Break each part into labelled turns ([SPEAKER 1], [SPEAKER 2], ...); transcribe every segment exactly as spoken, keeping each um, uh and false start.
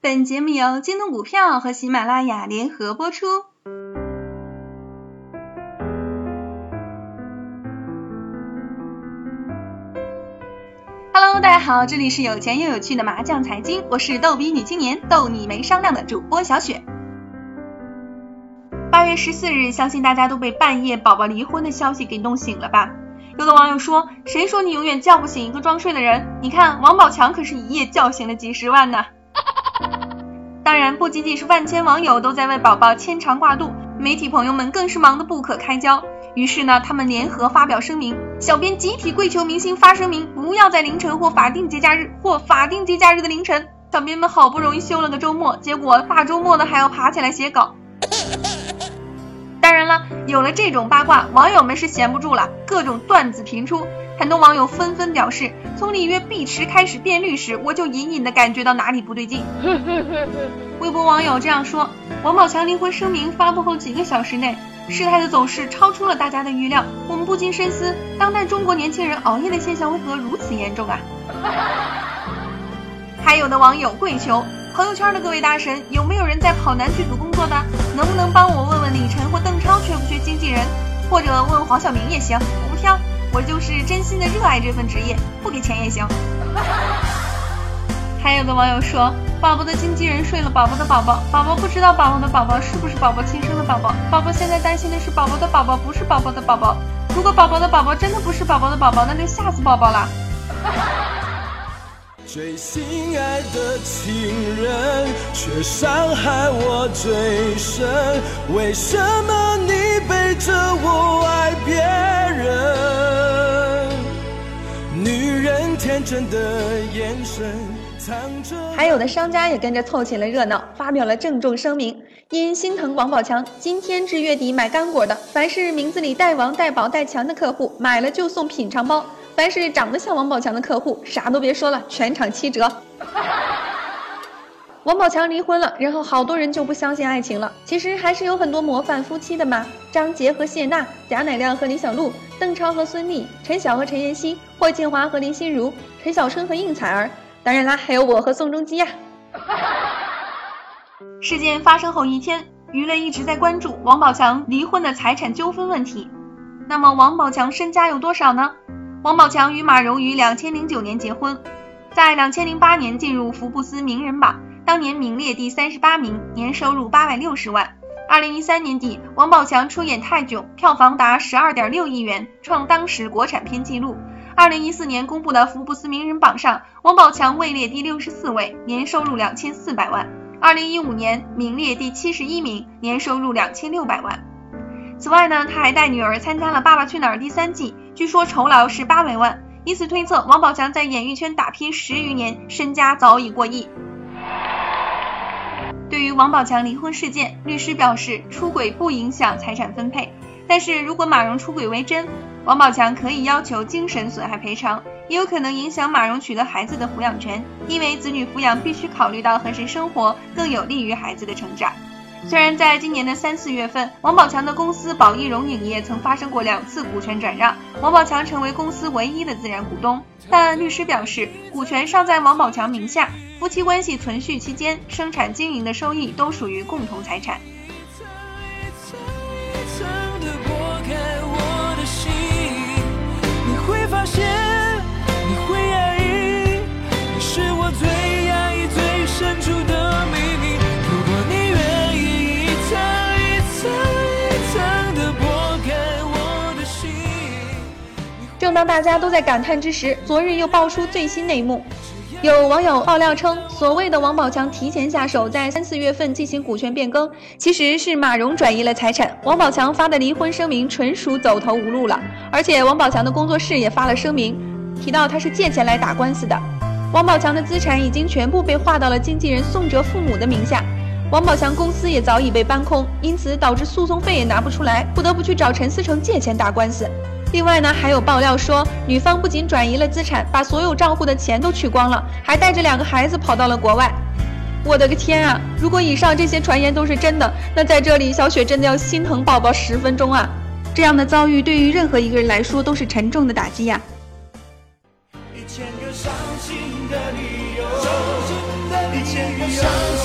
[SPEAKER 1] 本节目由京东股票和喜马拉雅联合播出。Hello， 大家好，这里是有钱又有趣的麻将财经，我是逗比女青年，逗你没商量的主播小雪。八月十四日，相信大家都被半夜宝宝离婚的消息给弄醒了吧？有的网友说，谁说你永远叫不醒一个装睡的人？你看王宝强可是一夜叫醒了几十万呢。当然，不仅仅是万千网友都在为宝宝牵肠挂肚，媒体朋友们更是忙得不可开交。于是呢，他们联合发表声明，小编集体跪求明星发声明，不要在凌晨或法定节假日或法定节假日的凌晨。小编们好不容易休了个周末，结果大周末的还要爬起来写稿。当然了，有了这种八卦，网友们是闲不住了，各种段子频出。很多网友纷纷表示，从里约碧池开始变绿时，我就隐隐的感觉到哪里不对劲。微博网友这样说，王宝强离婚声明发布后几个小时内，事态的走势超出了大家的预料，我们不禁深思，当代中国年轻人熬夜的现象为何如此严重啊？还有的网友跪求，朋友圈的各位大神，有没有人在跑男剧组工作的？能不能帮我问问李晨或邓超缺不缺经纪人？或者问黄晓明也行，我不挑，我就是真心的热爱这份职业，不给钱也行。还有的网友说，宝宝的经纪人睡了宝宝的宝宝，宝宝不知道宝宝的宝宝是不是宝宝亲生的宝宝，宝宝现在担心的是宝宝的宝宝不是宝宝的宝宝，如果宝宝的宝宝真的不是宝宝的宝宝，那就吓死宝宝了。
[SPEAKER 2] 最心爱的情人却伤害我最深，为什么你背着我爱别人？女人天真的眼神藏着。
[SPEAKER 1] 还有的商家也跟着凑起了热闹，发表了郑重声明，因心疼王宝强，今天至月底买干果的，凡是名字里带王带宝带强的客户，买了就送品尝包，凡是长得像王宝强的客户，啥都别说了，全场七折。王宝强离婚了，然后好多人就不相信爱情了，其实还是有很多模范夫妻的嘛，张杰和谢娜，贾乃亮和李小璐，邓超和孙俪，陈晓和陈妍希，霍建华和林心如，陈小春和应采儿，当然啦，还有我和宋仲基呀、啊。事件发生后一天，舆论一直在关注王宝强离婚的财产纠纷问题。那么王宝强身家有多少呢？王宝强与马蓉于两千零九年结婚，在两千零八年进入福布斯名人榜，当年名列第三十八名，年收入八百六十万。二零一三年底，王宝强出演泰囧，票房达 十二点六亿元，创当时国产片纪录。二零一四年公布的福布斯名人榜上，王宝强位列第六十四位，年收入两千四百万。二零一五年名列第七十一名，年收入两千六百万。此外呢，他还带女儿参加了《爸爸去哪儿》第三季，据说酬劳是八百万，以此推测，王宝强在演艺圈打拼十余年，身家早已过亿。对于王宝强离婚事件，律师表示，出轨不影响财产分配，但是如果马蓉出轨为真，王宝强可以要求精神损害赔偿，也有可能影响马蓉取得孩子的抚养权，因为子女抚养必须考虑到和谁生活更有利于孩子的成长。虽然在今年的三四月份，王宝强的公司宝艺荣影业曾发生过两次股权转让，王宝强成为公司唯一的自然股东，但律师表示，股权尚在王宝强名下，夫妻关系存续期间，生产经营的收益都属于共同财产。
[SPEAKER 2] 你会发现，你会压抑，你是我最压抑最深处的秘密。如果你愿意一层一层一层地剥开我的心。
[SPEAKER 1] 正当大家都在感叹之时，昨日又爆出最新内幕。有网友爆料称，所谓的王宝强提前下手，在三四月份进行股权变更，其实是马蓉转移了财产，王宝强发的离婚声明纯属走投无路了。而且王宝强的工作室也发了声明，提到他是借钱来打官司的。王宝强的资产已经全部被划到了经纪人宋哲父母的名下，王宝强公司也早已被搬空，因此导致诉讼费也拿不出来，不得不去找陈思诚借钱打官司。另外呢，还有爆料说，女方不仅转移了资产，把所有账户的钱都取光了，还带着两个孩子跑到了国外。我的个天啊！如果以上这些传言都是真的，那在这里小雪真的要心疼宝宝十分钟啊！这样的遭遇对于任何一个人来说都是沉重的打击呀、
[SPEAKER 2] 一千个伤心的理由，一千个伤心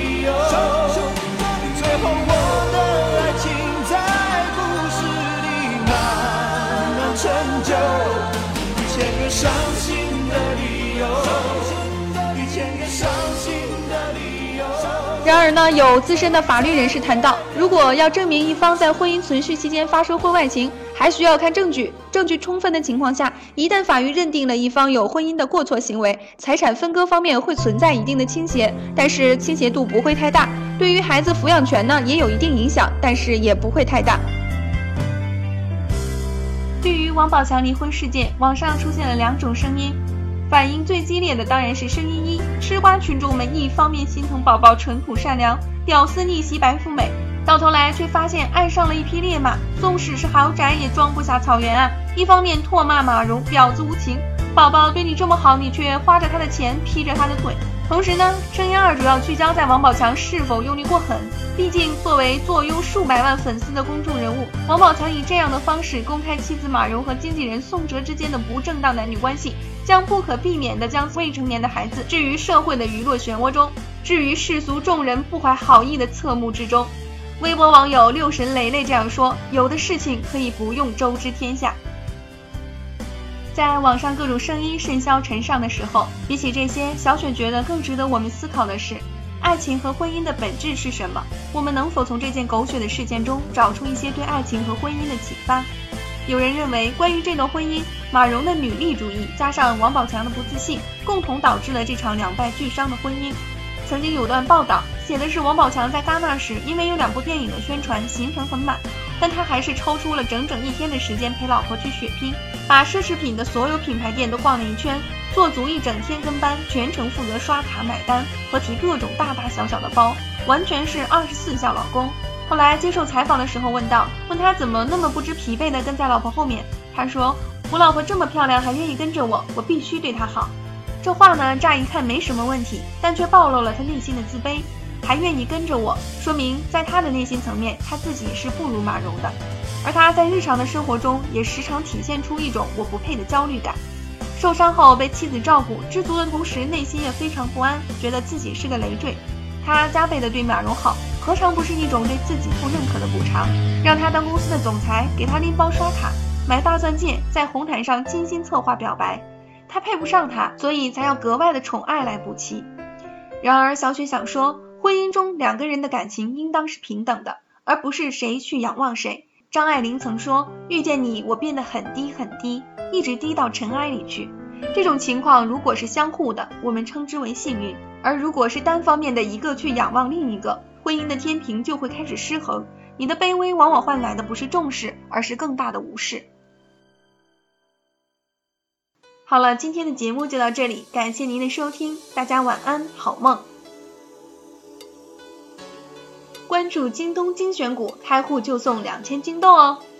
[SPEAKER 2] 理由。最后我的爱情在故事里慢慢成就，一千个伤心的理由，一千个伤心的理由。
[SPEAKER 1] 然而呢，有资深的法律人士谈到，如果要证明一方在婚姻存续期间发生婚外情，还需要看证据。证据充分的情况下，一旦法院认定了一方有婚姻的过错行为，财产分割方面会存在一定的倾斜，但是倾斜度不会太大。对于孩子抚养权呢，也有一定影响，但是也不会太大。对于王宝强离婚事件，网上出现了两种声音。反应最激烈的当然是声音一，吃瓜群众们一方面心疼宝宝淳朴善良，屌丝逆袭白富美，到头来却发现爱上了一匹烈马，纵使是豪宅也装不下草原啊！一方面唾骂马蓉婊子无情，宝宝对你这么好，你却花着他的钱劈着他的腿。同时呢，声音二主要聚焦在王宝强是否用力过狠，毕竟作为坐拥数百万粉丝的公众人物，王宝强以这样的方式公开妻子马蓉和经纪人宋哲之间的不正当男女关系，将不可避免地将未成年的孩子置于社会的娱乐漩涡中，置于世俗众人不怀好意的侧目之中。微博网友六神雷雷这样说，有的事情可以不用周知天下。在网上各种声音甚嚣尘上的时候，比起这些，小雪觉得更值得我们思考的是，爱情和婚姻的本质是什么？我们能否从这件狗血的事件中找出一些对爱情和婚姻的启发？有人认为，关于这段婚姻，马蓉的女力主义加上王宝强的不自信，共同导致了这场两败俱伤的婚姻。曾经有段报道写的是王宝强在戛纳时，因为有两部电影的宣传，行程很满，但他还是抽出了整整一天的时间陪老婆去血拼，把奢侈品的所有品牌店都逛了一圈，做足一整天跟班，全程负责刷卡买单和提各种大大小小的包，完全是二十四孝老公。后来接受采访的时候问到，问他怎么那么不知疲惫地跟在老婆后面，他说，我老婆这么漂亮还愿意跟着我，我必须对她好。这话呢，乍一看没什么问题，但却暴露了他内心的自卑。还愿意跟着我，说明在他的内心层面，他自己是不如马蓉的。而他在日常的生活中，也时常体现出一种我不配的焦虑感。受伤后被妻子照顾，知足的同时，内心也非常不安，觉得自己是个累赘。他加倍的对马蓉好，何尝不是一种对自己不认可的补偿？让他当公司的总裁，给他拎包刷卡，买大钻戒，在红毯上精心策划表白。他配不上他，所以才要格外的宠爱来补齐。然而小雪想说，婚姻中两个人的感情应当是平等的，而不是谁去仰望谁。张爱玲曾说，遇见你我变得很低很低，一直低到尘埃里去。这种情况如果是相互的，我们称之为幸运，而如果是单方面的一个去仰望另一个，婚姻的天平就会开始失衡，你的卑微往往换来的不是重视，而是更大的无视。好了，今天的节目就到这里，感谢您的收听，大家晚安，好梦。关注京东精选股，开户就送两千金豆哦。